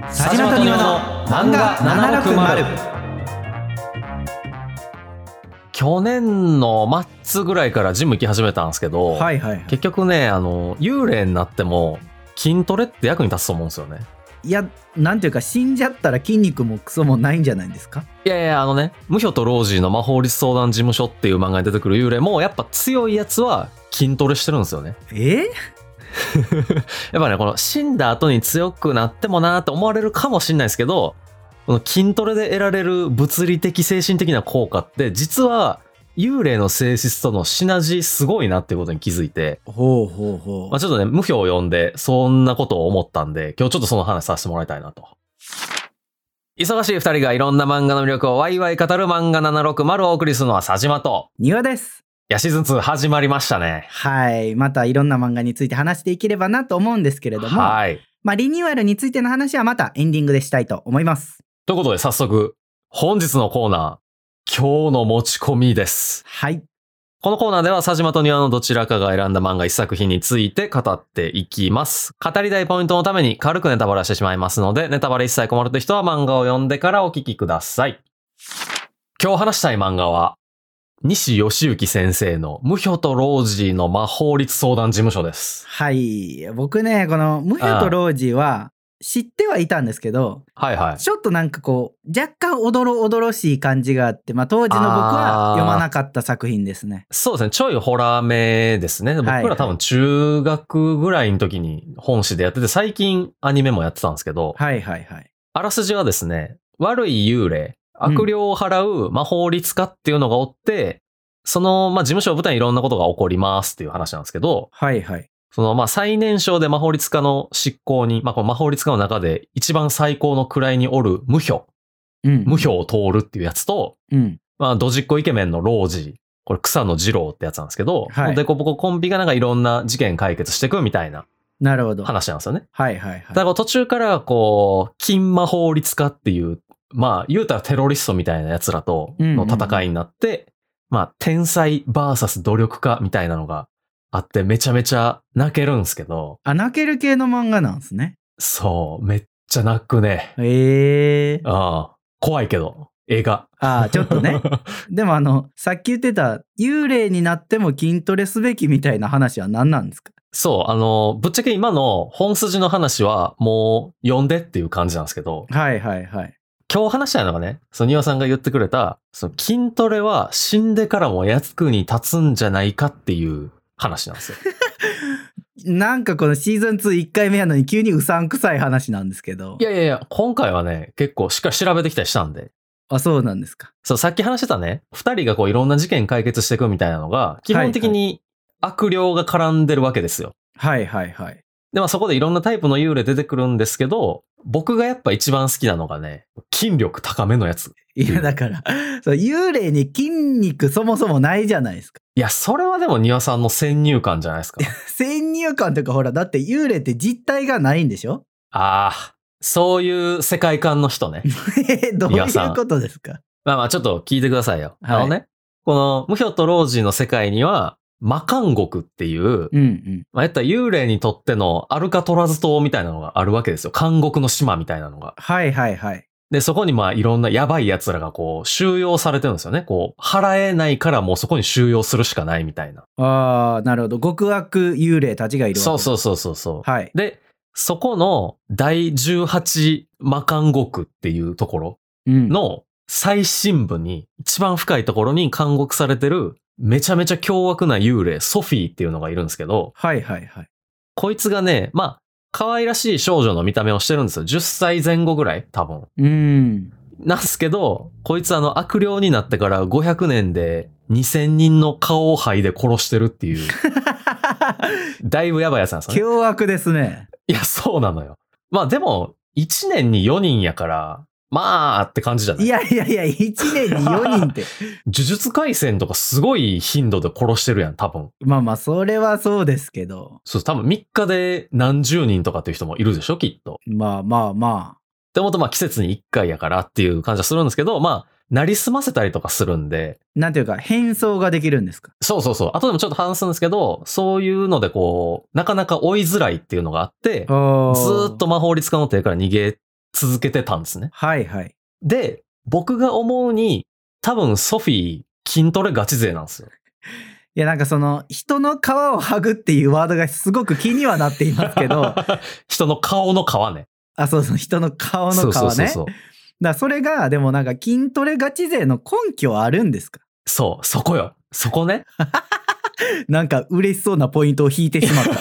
佐島と庭の漫画760。 去年の末ぐらいからジム行き始めたんですけど、 はいはいはい、 結局ね幽霊になっても筋トレって役に立つと思うんですよね。 いや、なんていうか死んじゃったら筋肉もクソもないんじゃないんですか。 いやいやムヒョとロージーの魔法律相談事務所っていう漫画に出てくる幽霊もやっぱ強いやつは筋トレしてるんですよね。やっぱね、この死んだ後に強くなってもなーって思われるかもしれないですけど、この筋トレで得られる物理的精神的な効果って実は幽霊の性質とのシナジーすごいなっていうことに気づいて、 ほうほうほう、 まあ、ちょっとね無表を読んでそんなことを思ったんで、今日ちょっとその話させてもらいたいなと。忙しい二人がいろんな漫画の魅力をワイワイ語る漫画760をお送りするのは佐島と庭です。 いや、シーズン2始まりましたね。 はい、またいろんな漫画について話していければなと思うんですけれども、 はい。 まあリニューアルについての話はまたエンディングでしたいと思います。 ということで早速本日のコーナー、今日の持ち込みです。 はい。 このコーナーでは佐島と庭のどちらかが選んだ漫画一作品について語っていきます。語りたいポイントのために軽くネタバレしてしまいますので、ネタバレ一切困るという人は漫画を読んでからお聞きください。今日話したい漫画は西義行先生のムヒョとロージーの魔法律相談事務所です。 はい、僕ね、このムヒョとロージーは知ってはいたんですけど、 はいはい、 ちょっとなんかこう若干おどろしい感じがあって、まあ、当時の僕は読まなかった作品ですね。 そうですね、ちょいホラーめですね。僕ら多分中学ぐらいの時に本誌でやってて、最近アニメもやってたんですけど、 はいはいはい。 あらすじはですね、悪い幽霊、悪霊を払う魔法律家っていうのがおって、その、まあ、事務所を舞台にいろんなことが起こりますっていう話なんですけど、 はいはい。 その、まあ、最年少で魔法律家の執行に、まあ、この魔法律家の中で一番最高の位におる無表、無表を通るっていうやつと、まあ、ドジっ子イケメンのロージー、これ草野二郎ってやつなんですけど、はい、デコボココンビがなんかいろんな事件解決していくみたいな話なんですよね。 はいはいはい。 だから途中からこう、金魔法律家っていう、まあ、言うたらテロリストみたいな奴らとの戦いになって、まあ、天才バーサス努力家みたいなのがあって、めちゃめちゃ泣けるんですけど。 あ、泣ける系の漫画なんですね。 そう、めっちゃ泣くね。ああ、怖いけど、映画。 ああ、ちょっとね。でもさっき言ってた、幽霊になっても筋トレすべきみたいな話は何なんですか？ そう、ぶっちゃけ今の本筋の話はもう読んでっていう感じなんですけど。 はいはいはい。 今日話したいのがね、その庭さんが言ってくれた、その筋トレは死んでからも役に立つんじゃないかっていう話なんですよ。 なんかこのシーズン2 1回目やのに急にうさんくさい話なんですけど。 いや、今回はね、結構しっかり調べてきたりしたんで。 あ、そうなんですか。 そう、さっき話してたね、二人がこういろんな事件解決していくみたいなのが、基本的に悪霊が絡んでるわけですよ。 はいはいはい。 で、まあそこでいろんなタイプの幽霊出てくるんですけど、僕がやっぱ一番好きなのがね、筋力高めのやつ。 いやだから、そう幽霊に筋肉そもそもないじゃないですか。 いや、それはでも庭さんの先入観じゃないですか。 先入観というかほら、だって幽霊って実体がないんでしょ？ ああ、そういう世界観の人ね。 どういうことですか？ まあちょっと聞いてくださいよ。はい、このムヒョとロージーの世界には、魔監獄っていう、まあ、言ったら幽霊にとってのアルカトラズ島みたいなのがあるわけですよ。監獄の島みたいなのが。 はいはいはい。 で、そこにまあいろんなやばい奴らがこう収容されてるんですよね。こう、払えないからもうそこに収容するしかないみたいな。 ああ、なるほど。極悪幽霊たちがいるわけです。 そう。 はい。 で、そこの第18魔監獄っていうところの最深部に、一番深いところに監獄されてるめちゃめちゃ凶悪な幽霊、ソフィーっていうのがいるんですけど、 はいはいはい。 こいつがね、まあ、可愛らしい少女の見た目をしてるんですよ。10歳前後ぐらい多分。なんですけど、こいつ悪霊になってから500年で2000人の顔を剥いで殺してるっていう。だいぶやばいやつなんですよね。 凶悪ですね。 いや、そうなのよ。まあでも、1年に4人やから、まあって感じじゃない？ いや、1年に4人って。 呪術廻戦とかすごい頻度で殺してるやん、多分。 まあ、それはそうですけど。 そう、多分3日で何十人とかっていう人もいるでしょ、きっと。 まあ。 でもまあ季節に1回やからっていう感じはするんですけど、まあ、なりすませたりとかするんで。 なんていうか、変装ができるんですか？ そう。あとでもちょっと話すんですけど、そういうのでこう、なかなか追いづらいっていうのがあって、ずーっと魔法律家の手から逃げ続けてたんですね。 はいはい。 で、僕が思うに、多分ソフィー筋トレガチ勢なんですよ。 いやなんかその人の皮を剥ぐっていうワードがすごく気にはなっていますけど人の顔の皮ね。 あ、そうそう、人の顔の皮ね。 そう。 だからそれがでもなんか筋トレガチ勢の根拠はあるんですか？ そう、そこよ。そこね。 なんか嬉しそうなポイントを引いてしまった。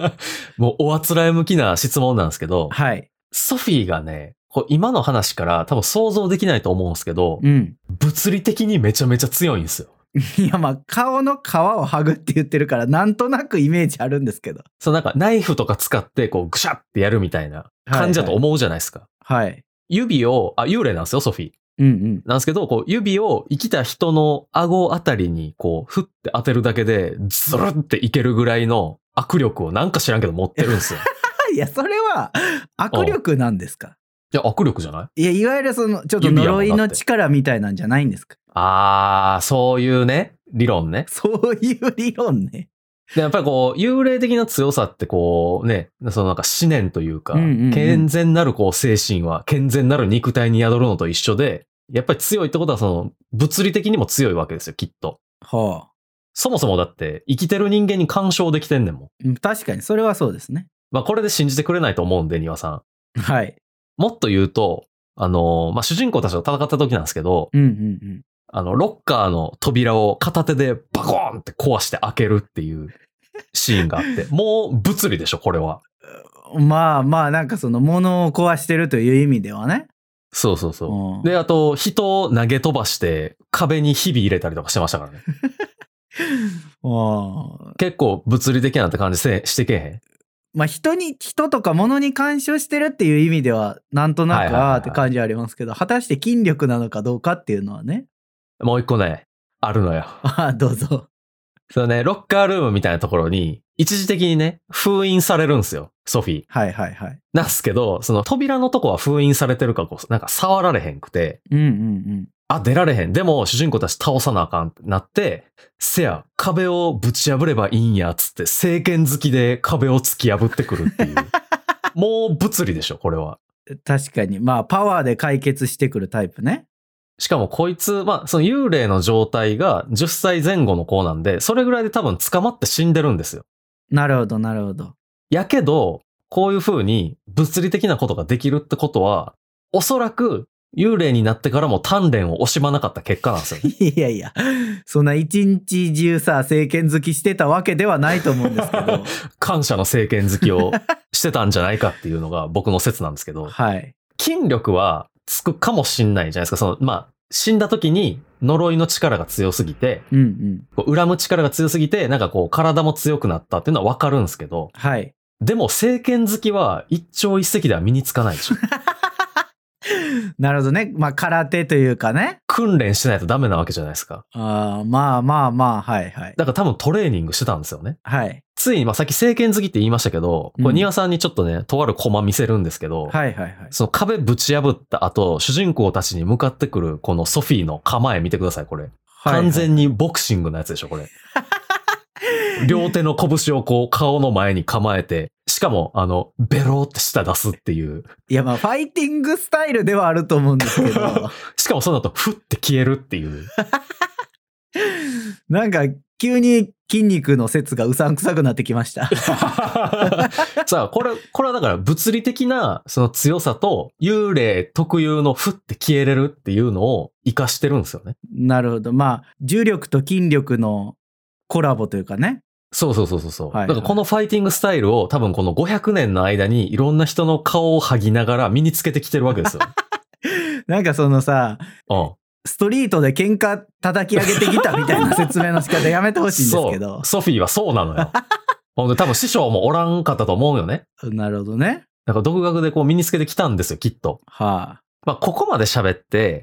もうおあつらえ向きな質問なんですけど、 はい。 ソフィーがね、こう今の話から多分想像できないと思うんですけど、 うん。 物理的にめちゃめちゃ強いんですよ。 いやまあ顔の皮を剥ぐって言ってるからなんとなくイメージあるんですけど。 そうなんかナイフとか使ってこうグシャってやるみたいな感じだと思うじゃないですか。 はい。 指を、幽霊なんですよ、ソフィー。 うんうん。 なんですけど、こう指を生きた人の顎あたりにこう、ふって当てるだけで、ズルっていけるぐらいの握力をなんか知らんけど持ってるんですよ。 いや、それは握力なんですか？ いや、握力じゃない？ いや、いわゆるその、ちょっと呪いの力みたいなんじゃないんですか？ そういうね、理論ね。 そういう理論ね。 で、やっぱりこう、幽霊的な強さってこうね、そのなんか思念というか、健全なるこう精神は健全なる肉体に宿るのと一緒で、やっぱり強いってことはその物理的にも強いわけですよ、きっと。 はあ。 そもそもだって生きてる人間に干渉できてんねんもん。 確かに、それはそうですね。 まあこれで信じてくれないと思うんで、庭さん。 はい。 もっと言うと、主人公たちと戦った時なんですけど、ロッカーの扉を片手でバコーンって壊して開けるっていうシーンがあって、もう物理でしょ、これは。 まあまあ、なんかその物を壊してるという意味ではね。 そう。で、あと、人を投げ飛ばして壁にひび入れたりとかしてましたからね。結構物理的なって感じしてけえへん？ まあ人とか物に干渉してるっていう意味ではなんとなくって感じはありますけど、果たして筋力なのかどうかっていうのはね。 もう一個ね、あるのよ。 どうぞ。 そうね、ロッカールームみたいなところに一時的にね、封印されるんですよ、ソフィー。 はい。 なんすけど、その扉のとこは封印されてるからこう、なんか触られへんくて。出られへん。でも主人公たち倒さなあかんってなって、せや、壁をぶち破ればいいんや、つって聖剣好きで壁を突き破ってくるっていう。もう物理でしょ、これは。 確かに。まあ、パワーで解決してくるタイプね。 しかもこいつ、その幽霊の状態が10歳前後の子なんで、それぐらいで多分捕まって死んでるんですよ。 なるほど。 やけど、こういう風に物理的なことができるってことは、おそらく幽霊になってからも鍛錬を惜しまなかった結果なんですよね。 いや、そんな一日中さ、聖剣好きしてたわけではないと思うんですけど。 感謝の聖剣好きをしてたんじゃないかっていうのが僕の説なんですけど。 はい。 筋力はつくかもしんないじゃないですか。死んだ時に呪いの力が強すぎて、恨む力が強すぎて、なんかこう体も強くなったっていうのはわかるんですけど、 はい。 でも聖剣好きは一朝一夕では身につかないでしょ。 なるほどね。まあ空手というかね。 訓練しないとダメなわけじゃないですか。 まあ、はい。 だから多分トレーニングしてたんですよね。 はい。 ついに、さっき聖剣好きって言いましたけど、これ庭さんにちょっとね、とあるコマ見せるんですけど、 はい。 その壁ぶち破った後、主人公たちに向かってくるこのソフィーの構え見てください、これ。完全にボクシングのやつでしょ、これ。両手の拳をこう顔の前に構えて、しかもベローって舌出すっていう。 いや、まあファイティングスタイルではあると思うんですけど。 しかもその後、ふって消えるっていう。 なんか急に筋肉の説がうさんくさくなってきました。 さあ、これはだから物理的なその強さと幽霊特有のふって消えれるっていうのを活かしてるんですよね。 なるほど。まあ、重力と筋力のコラボというかね。 そう。だからこのファイティングスタイルを多分この500年の間にいろんな人の顔を剥ぎながら身につけてきてるわけですよ。 なんかそのさ、ストリートで喧嘩叩き上げてきたみたいな説明の仕方やめてほしいんですけど。 ソフィーはそうなのよ。ほんで多分師匠もおらんかったと思うよね。 なるほどね。 だから独学でこう身につけてきたんですよ、きっと。ここまで喋って、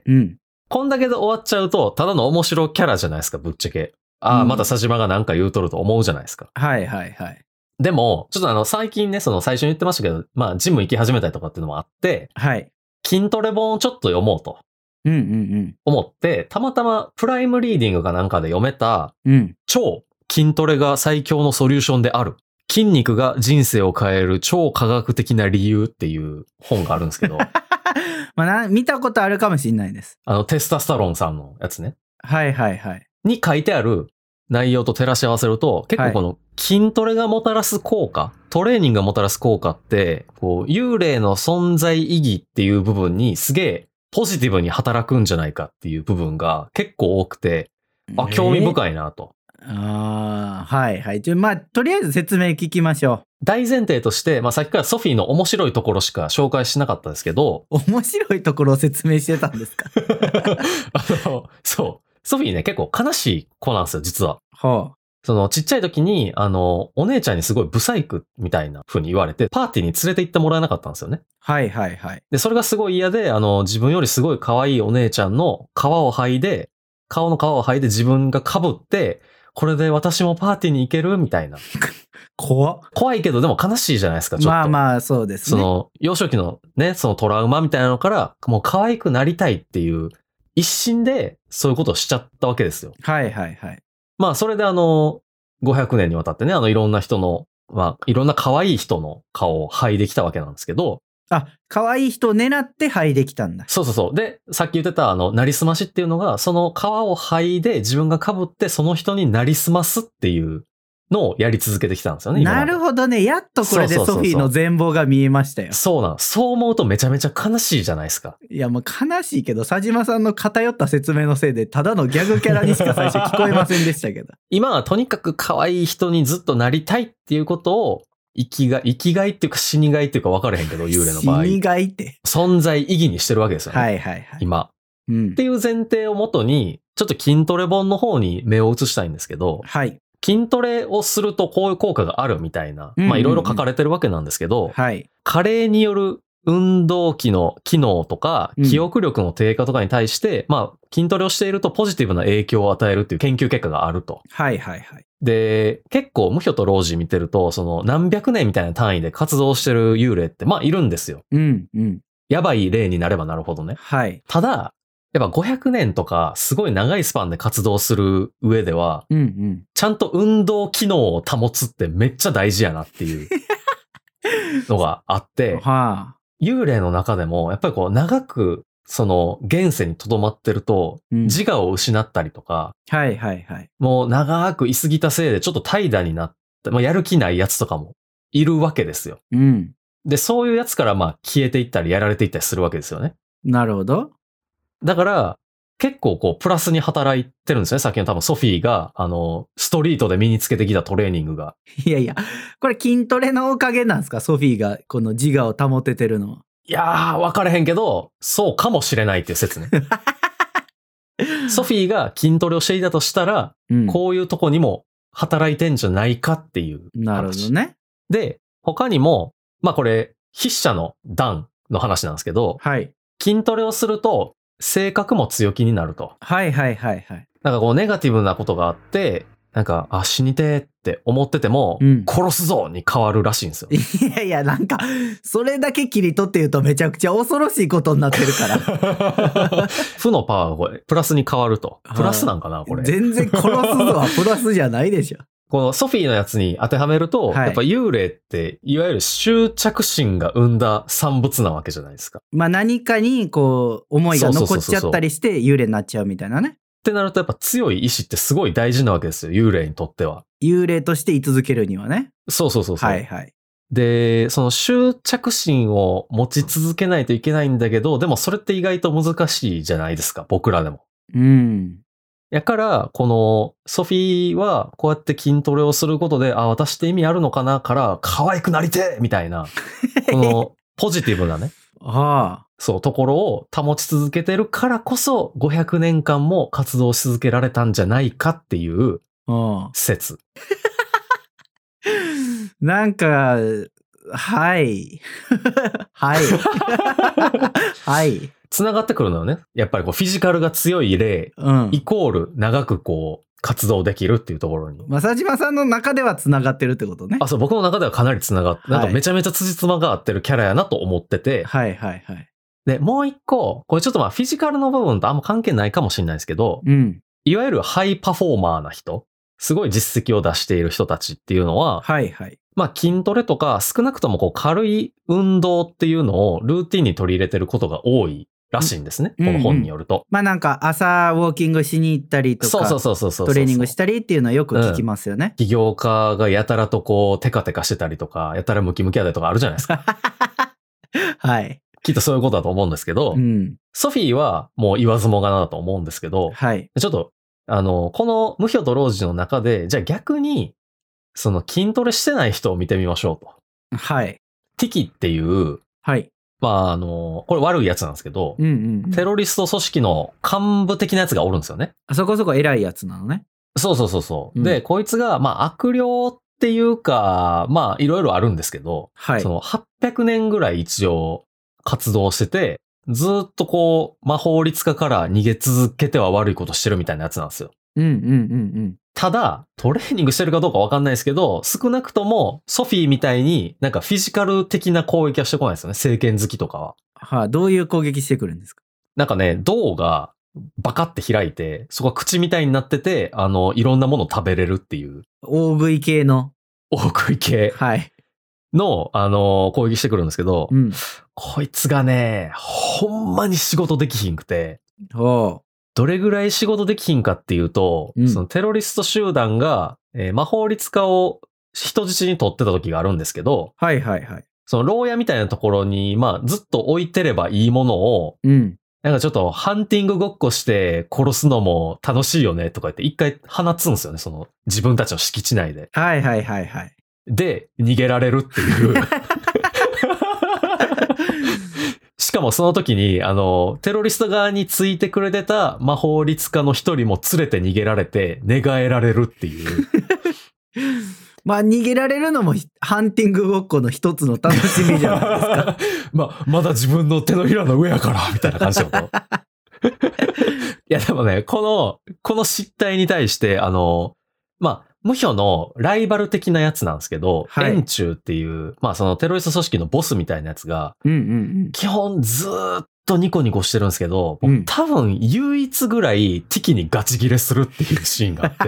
こんだけで終わっちゃうと、ただの面白キャラじゃないですか、ぶっちゃけ。また佐島がなんか言うとると思うじゃないですか。 はい。 でも、ちょっと最近ね、最初に言ってましたけど、ジム行き始めたりとかっていうのもあって、筋トレ本をちょっと読もうと。思って、たまたまプライムリーディングかなんかで読めた、超筋トレが最強のソリューションである。 筋肉が人生を変える超科学的な理由っていう本があるんですけど、 まあ見たことあるかもしれないです。 テスタスタロンさんのやつね。 はいはいはい。 に書いてある内容と照らし合わせると、結構この筋トレがもたらす効果、トレーニングがもたらす効果って、こう、幽霊の存在意義っていう部分にすげえポジティブに働くんじゃないかっていう部分が結構多くて、興味深いなと。 はいはい。まあ、とりあえず説明聞きましょう。 大前提として、まあさっきからソフィーの面白いところしか紹介しなかったですけど。 面白いところを説明してたんですか？ そう。ソフィーね、結構悲しい子なんですよ、実は。 はあ。 そのちっちゃい時に、お姉ちゃんにすごいブサイクみたいな風に言われて、パーティーに連れて行ってもらえなかったんですよね。 はいはいはい。 で、それがすごい嫌で、自分よりすごい可愛いお姉ちゃんの顔の皮を剥いで自分が被って、これで私もパーティーに行けるみたいな。怖いけど、でも悲しいじゃないですか、ちょっと。 まあまあ、そうですね。 幼少期のね、そのトラウマみたいなのから、もう可愛くなりたいっていう、一心でそういうことをしちゃったわけですよ。 はいはいはい。 まあ、それで500年にわたってね、いろんな人の、まあ、いろんな可愛い人の顔を剥いできたわけなんですけど。 可愛い人を狙って剥いできたんだ。 そうそうそう。で、さっき言ってたなりすましっていうのが、その皮を剥いで自分が被ってその人になりすますっていうのをやり続けてきたんですよね。 なるほどね。やっとこれでソフィーの全貌が見えましたよ。 そう思うとめちゃめちゃ悲しいじゃないですか。 いや、もう悲しいけど、佐島さんの偏った説明のせいで、ただのギャグキャラにしか最初聞こえませんでしたけど。 今はとにかく可愛い人にずっとなりたいっていうことを、生きがいっていうか死にがいっていうか分からへんけど、幽霊の場合。 死にがいって。 存在意義にしてるわけですよね。 はいはいはい。 今。 うん。 っていう前提をもとに、ちょっと筋トレ本の方に目を移したいんですけど、 はい。 筋トレをするとこういう効果があるみたいな、まあいろいろ書かれてるわけなんですけど、 はい。 加齢による運動器の機能とか、記憶力の低下とかに対して、まあ筋トレをしているとポジティブな影響を与えるっていう研究結果があると。 はいはいはい。 で、結構無表と老人見てると、その何百年みたいな単位で活動してる幽霊ってまあいるんですよ。 うんうん。 やばい例になればなるほどね。 はい。 ただ、やっぱ500年とかすごい長いスパンで活動する上では、ちゃんと運動機能を保つってめっちゃ大事やなっていうのがあって、幽霊の中でもやっぱりこう長くその現世に留まってると自我を失ったりとか、 はいはいはい。 もう長く居すぎたせいでちょっと怠惰になって、やる気ないやつとかもいるわけですよ。 うん。 で、そういうやつからまあ消えていったりやられていったりするわけですよね。 なるほど。 だから、結構こう、プラスに働いてるんですね。さっきの多分ソフィーが、ストリートで身につけてきたトレーニングが。 いやいや、これ筋トレのおかげなんですか？ソフィーがこの自我を保ててるのは。 いやー、分かれへんけど、そうかもしれないっていう説ね。ソフィーが筋トレをしていたとしたら、こういうとこにも働いてんじゃないかっていう話。 なるほどね。 で、他にも、まあこれ、筆者のダンの話なんですけど、 はい。 筋トレをすると、性格も強気になると。 はいはいはいはい。 なんかこうネガティブなことがあって、なんか、死にてーって思ってても、殺すぞに変わるらしいんですよ。 いやいや、なんか、それだけ切り取って言うとめちゃくちゃ恐ろしいことになってるから。 負のパワーがこれ、プラスに変わると。プラスなんかなこれ。 全然殺すぞはプラスじゃないでしょ。 このソフィーのやつに当てはめると、やっぱ幽霊って、いわゆる執着心が生んだ産物なわけじゃないですか。 まあ何かにこう、思いが残っちゃったりして幽霊になっちゃうみたいなね。 ってなるとやっぱ強い意志ってすごい大事なわけですよ、幽霊にとっては。 幽霊として居続けるにはね。 そう。 はいはい。 で、その執着心を持ち続けないといけないんだけど、でもそれって意外と難しいじゃないですか、僕らでも。やから、このソフィーはこうやって筋トレをすることで、私って意味あるのかなから可愛くなりてみたいな、このポジティブなね。そう、ところを保ち続けてるからこそ、500年間も活動し続けられたんじゃないかっていう説。 なんか、はい。はい。はい。 繋がってくるのよね。やっぱりこうフィジカルが強い霊、イコール長くこう活動できるっていうところに。 佐島さんの中では繋がってるってことね。 そう、僕の中ではかなり繋がって、なんかめちゃめちゃ辻褄が合ってるキャラやなと思ってて。 はいはいはい。 で、もう一個、これちょっとまあフィジカルの部分とあんま関係ないかもしれないですけど、いわゆるハイパフォーマーな人。 すごい実績を出している人たちっていうのは、 はいはい。 まあ筋トレとか少なくともこう軽い運動っていうのをルーティンに取り入れてることが多いらしいんですね。この本によると。 まあなんか朝ウォーキングしに行ったりとか、 そう。 トレーニングしたりっていうのはよく聞きますよね。 起業家がやたらとこうテカテカしてたりとか、やたらムキムキやったりとかあるじゃないですか。 はい。 きっとそういうことだと思うんですけど、ソフィーはもう言わずもがなだと思うんですけど、 はい。 ちょっと、この無表と老人の中で、じゃあ逆に、その筋トレしてない人を見てみましょうと。 はい。 ティキっていう、 はい。 まあこれ悪いやつなんですけど、テロリスト組織の幹部的なやつがおるんですよね。 そこそこ偉いやつなのね。 そう。で、こいつが、まあ悪霊っていうか、まあいろいろあるんですけど、 はい。 その800年ぐらい一応活動してて、ずっとこう、魔法律家から逃げ続けては悪いことしてるみたいなやつなんですよ。ただ、トレーニングしてるかどうかわかんないですけど、少なくともソフィーみたいになんかフィジカル的な攻撃はしてこないですよね。政権好きとかは。 はい、どういう攻撃してくるんですか？ なんかね、銅がバカって開いて、そこが口みたいになってて、いろんなものを食べれるっていう。 大食い系の。 大食い系。 はい。 の、攻撃してくるんですけど、こいつがね、ほんまに仕事できひんくて、どれぐらい仕事できひんかっていうと、そのテロリスト集団が、魔法律家を人質に取ってた時があるんですけど、 はいはいはい。 その牢屋みたいなところに、まあずっと置いてればいいものを、なんかちょっとハンティングごっこして殺すのも楽しいよねとか言って一回放つんですよね、その自分たちの敷地内で。 はいはいはいはい。 で、逃げられるっていう。しかもその時に、テロリスト側についてくれてた魔法律家の一人も連れて逃げられて、寝返られるっていう。 まあ逃げられるのもハンティングごっこの一つの楽しみじゃないですか。まだ自分の手のひらの上やから、みたいな感じのこと。いやでもね、この失態に対して、まあ、無表のライバル的なやつなんですけど、円柱っていう、まあそのテロリスト組織のボスみたいなやつが、基本ずーっとニコニコしてるんですけど、多分唯一ぐらいティキにガチギレするっていうシーンがあって、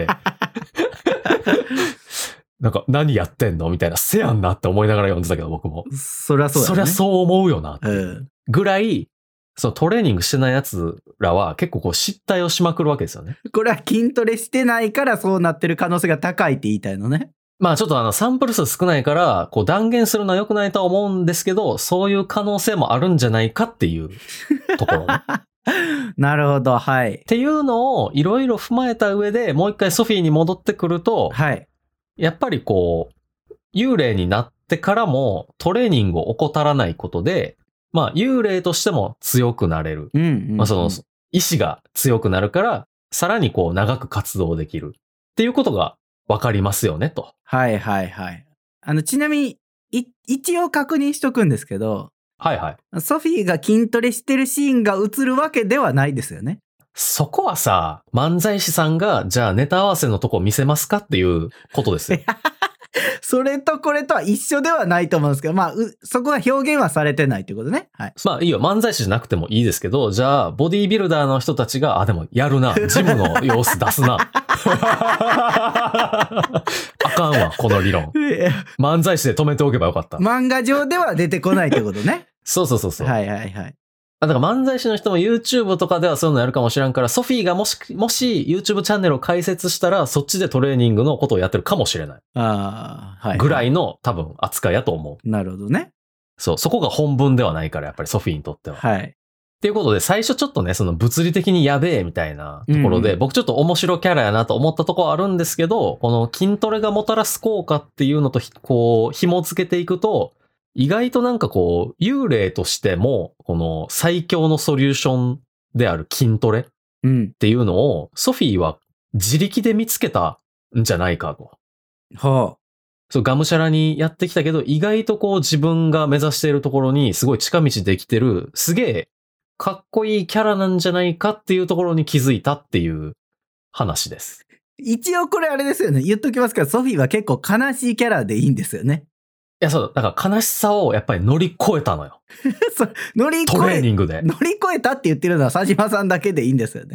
なんか何やってんのみたいな、せやんなって思いながら読んでたけど僕も。 そりゃそうだね。 そりゃそう思うよなっていうぐらい、そのトレーニングしてない奴らは結構こう失態をしまくるわけですよね。 これは筋トレしてないからそうなってる可能性が高いって言いたいのね。 まあちょっとサンプル数少ないから、こう断言するのは良くないとは思うんですけど、そういう可能性もあるんじゃないかっていうところね。 なるほど、はい。 っていうのをいろいろ踏まえた上でもう一回ソフィーに戻ってくると、 はい。やっぱりこう、幽霊になってからもトレーニングを怠らないことで、まあ、幽霊としても強くなれる。まあ、その、意志が強くなるから、さらにこう、長く活動できる。っていうことが分かりますよね、と。 はいはいはい。ちなみに、一応確認しとくんですけど、 はいはい。 ソフィーが筋トレしてるシーンが映るわけではないですよね。 そこはさ、漫才師さんが、じゃあネタ合わせのとこ見せますかっていうことですよ。 それとこれとは一緒ではないと思うんですけど、まあ、そこは表現はされてないってことね。はい。 まあいいよ、漫才師じゃなくてもいいですけど、じゃあ、ボディービルダーの人たちが、でもやるな、ジムの様子出すな。あかんわ、この理論。漫才師で止めておけばよかった。 漫画上では出てこないってことね。 そう。 はいはいはい。 だから漫才師の人も YouTube とかではそういうのやるかもしらんから、ソフィーがもし YouTube チャンネルを開設したら、そっちでトレーニングのことをやってるかもしれない。 はい。 ぐらいの多分扱いやと思う。なるほどね。 そこが本文ではないから、やっぱりソフィーにとっては。 はい。 っていうことで、最初ちょっとね、その物理的にやべえみたいなところで、僕ちょっと面白キャラやなと思ったところはあるんですけど、この筋トレがもたらす効果っていうのと、こう、紐付けていくと、意外となんかこう、幽霊としても、この最強のソリューションである筋トレっていうのを、ソフィーは自力で見つけたんじゃないかと。そう、がむしゃらにやってきたけど、意外とこう自分が目指しているところにすごい近道できてる、すげえかっこいいキャラなんじゃないかっていうところに気づいたっていう話です。 一応これあれですよね。言っときますけど、ソフィーは結構悲しいキャラでいいんですよね。 いや、そう、だから悲しさをやっぱり乗り越えたのよ。 トレーニングで。 乗り越えたって言ってるのは佐島さんだけでいいんですよね。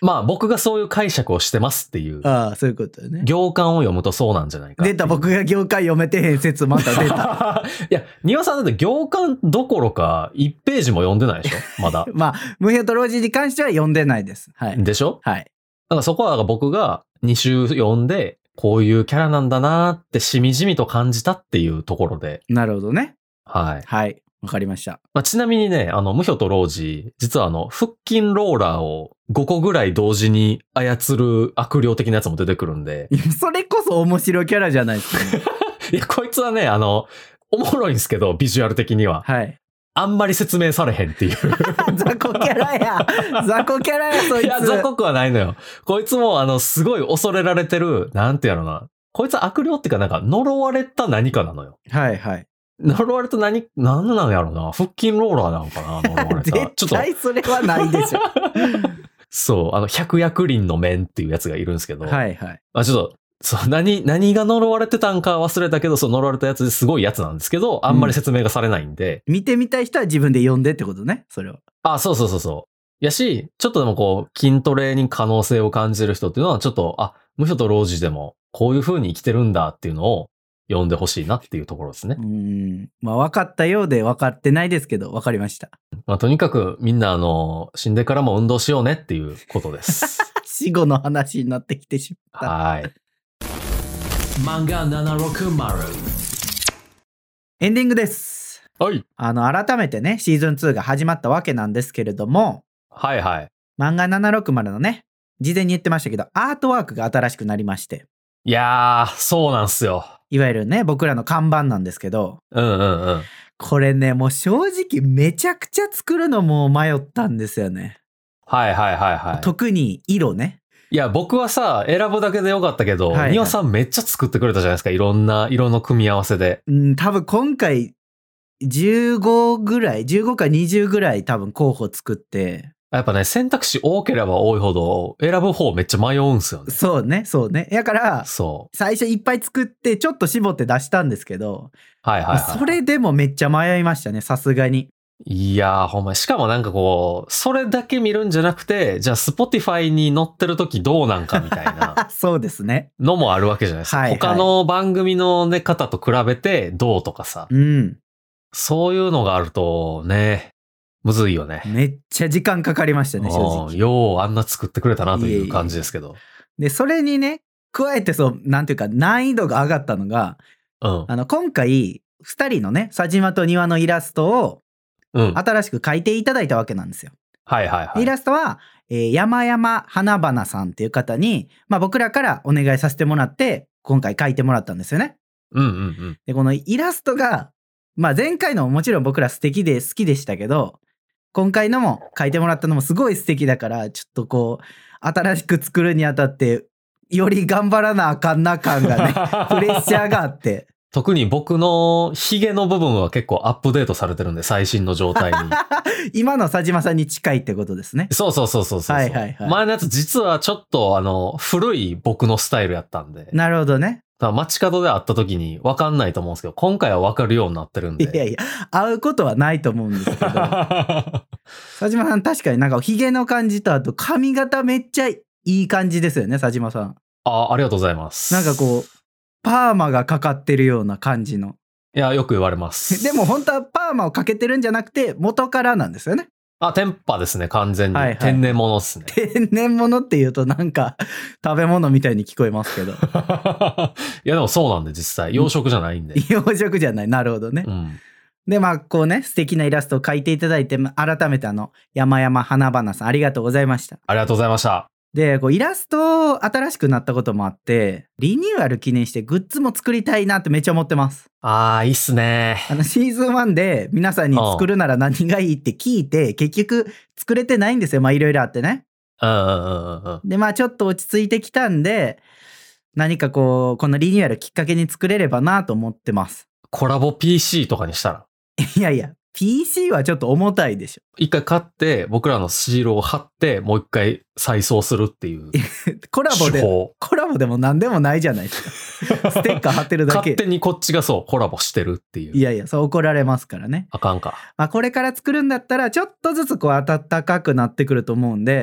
まあ僕がそういう解釈をしてますっていう。 ああ、そういうことだね。 行間を読むとそうなんじゃないか。 出た、僕が行間読めてへん説また出た。 いや、庭さんだって行間どころか1ページも読んでないでしょまだ。 まあ、無表と老人に関しては読んでないです。はい。 でしょ？ はい。 だからそこは僕が2週読んで、こういうキャラなんだなーってしみじみと感じたっていうところで。 なるほどね。 はい。 はい。わかりました。 まあ、ちなみにね、無表と老人、実は腹筋ローラーを5個ぐらい同時に操る悪霊的なやつも出てくるんで。 それこそ面白いキャラじゃないですか、ね。 いや、こいつはね、おもろいんですけど、ビジュアル的には。 はい。 あんまり説明されへんっていう。 雑魚キャラや。雑魚キャラや、そいつ。 いや、雑魚くはないのよ。こいつも、すごい恐れられてる、なんてやろな。こいつは悪霊っていうか、なんか、呪われた何かなのよ。 はいはい。 呪われたなんなんやろな。腹筋ローラーなのかな呪われた。 絶対それはないでしょ。 そう、百薬輪の面っていうやつがいるんですけど。 はいはい。 まあちょっと、そう、何が呪われてたんか忘れたけど、その呪われたやつですごいやつなんですけど、あんまり説明がされないんで。 見てみたい人は自分で読んでってことね、それは。 あ、そう。やし、ちょっとでもこう、筋トレに可能性を感じる人っていうのは、ちょっと、無表と老人でも、こういう風に生きてるんだっていうのを、読んでほしいなっていうところですね。 まあ分かったようで分かってないですけど、分かりました。 まあとにかくみんな死んでからも運動しようねっていうことです。 死後の話になってきてしまった。 はい。漫画760。 エンディングです。 はい。 改めてね、シーズン2が始まったわけなんですけれども。 はいはい。 漫画760のね、事前に言ってましたけど、アートワークが新しくなりまして。 いやー、そうなんすよ。 いわゆるね、僕らの看板なんですけど。 うん。 これね、もう正直めちゃくちゃ作るのも迷ったんですよね。 はい。 特に色ね。 いや、僕はさ、選ぶだけでよかったけど、庭さんめっちゃ作ってくれたじゃないですか。いろんな色の組み合わせで。 多分今回、15か20ぐらい多分候補作って。 やっぱね、選択肢多ければ多いほど、選ぶ方めっちゃ迷うんすよね。 そうね。だから、 最初いっぱい作って、ちょっと絞って出したんですけど、 はい。 それでもめっちゃ迷いましたね、さすがに。 いやー、ほんま、しかもなんかこう、それだけ見るんじゃなくて、じゃあ、Spotify に載ってる時どうなんかみたいな。 そうですね。 のもあるわけじゃないですか。他の番組のね、方と比べてどうとかさ。そういうのがあるとね、むずいよね。 めっちゃ時間かかりましたね、正直。 ようあんな作ってくれたなという感じですけど。 で、それにね、加えてなんていうか難易度が上がったのが、今回、2人のね、佐島と庭のイラストを、新しく描いていただいたわけなんですよ。 はい。 イラストは、山々花々さんっていう方に、まあ僕らからお願いさせてもらって、今回描いてもらったんですよね。で、このイラストが、まあ前回のももちろん僕ら素敵で好きでしたけど、今回のも描いてもらったのもすごい素敵だから、ちょっとこう、新しく作るにあたって、より頑張らなあかんな感がね、プレッシャーがあって。 特に僕のヒゲの部分は結構アップデートされてるんで、最新の状態に。 今の佐島さんに近いってことですね。 そう。はい。前のやつ実はちょっと古い僕のスタイルやったんで。 なるほどね。 街角で会った時に分かんないと思うんですけど、今回は分かるようになってるんで。 いや、会うことはないと思うんですけど。佐島さん確かになんかヒゲの感じとあと髪型めっちゃいい感じですよね、佐島さん。 ありがとうございます。 なんかこう、パーマがかかってるような感じの。 いや、よく言われます。 でも本当はパーマをかけてるんじゃなくて、元からなんですよね。 テンパですね、完全に。天然物ですね。 天然物って言うとなんか食べ物みたいに聞こえますけど。いやでもそうなんで実際。養殖じゃないんで。 養殖じゃない。なるほどね。で、まあこうね、素敵なイラストを描いていただいて、改めて山々花々さんありがとうございました。 ありがとうございました。 で、イラスト新しくなったこともあって、リニューアル記念してグッズも作りたいなってめっちゃ思ってます。 いいっすね。 シーズン1で皆さんに作るなら何がいいって聞いて、結局作れてないんですよ。まあいろいろあってね。で、まあちょっと落ち着いてきたんで、何かこのリニューアルきっかけに作れればなと思ってます。 コラボ PC とかにしたら。 いや、PC はちょっと重たいでしょ。 一回買って、僕らのシールを貼って、もう一回再送するっていう。 コラボでも何でもないじゃないですか。ステッカー貼ってるだけ。 勝手にこっちがコラボしてるっていう。 いや、そう怒られますからね。 あかんか。 まあこれから作るんだったら、ちょっとずつ暖かくなってくると思うんで、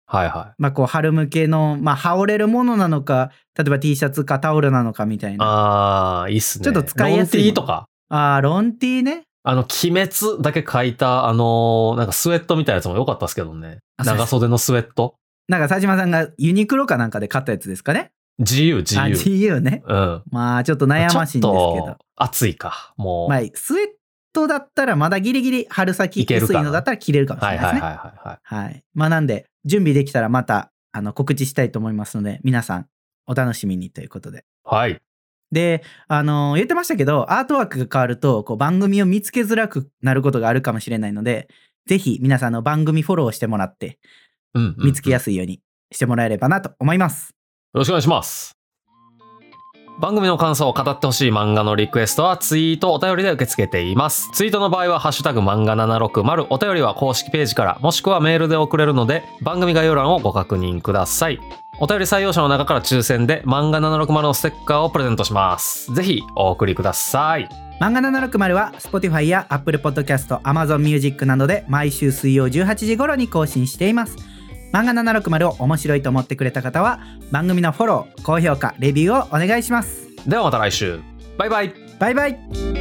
はいはい。 まあこう春向けの、まあ羽織れるものなのか、例えば T シャツかタオルなのかみたいな。 ああ、いいっすね。 ちょっと使いやすい。 ロン T とか。 ああ、ロン T ね。 鬼滅だけ書いた、なんかスウェットみたいなやつも良かったですけどね。長袖のスウェット。 なんか佐島さんがユニクロかなんかで買ったやつですかね。GU ね。 うん。 まあちょっと悩ましいんですけど。ちょっと暑いか。もう。 まあスウェットだったらまだギリギリ春先薄いのだったら着れるかもしれないですね。はい。まあなんで準備できたらまた告知したいと思いますので、皆さんお楽しみにということで。 はい。 で、言ってましたけど、アートワークが変わるとこう番組を見つけづらくなることがあるかもしれないので、ぜひ皆さん番組フォローしてもらって、見つけやすいようにしてもらえればなと思います。 よろしくお願いします。番組の感想を語ってほしい漫画のリクエストはツイート、お便りで受け付けています。ツイートの場合はハッシュタグ漫画760、お便りは公式ページから、もしくはメールで送れるので、番組概要欄をご確認ください。お便り採用者の中から抽選で漫画760のステッカーをプレゼントします。ぜひお送りください。 漫画760は Spotify や Apple Podcast、Amazon Music などで毎週水曜18時頃に更新しています。漫画760を面白いと思ってくれた方は番組のフォロー、高評価、レビューをお願いします。 ではまた来週。バイバイ。 バイバイ。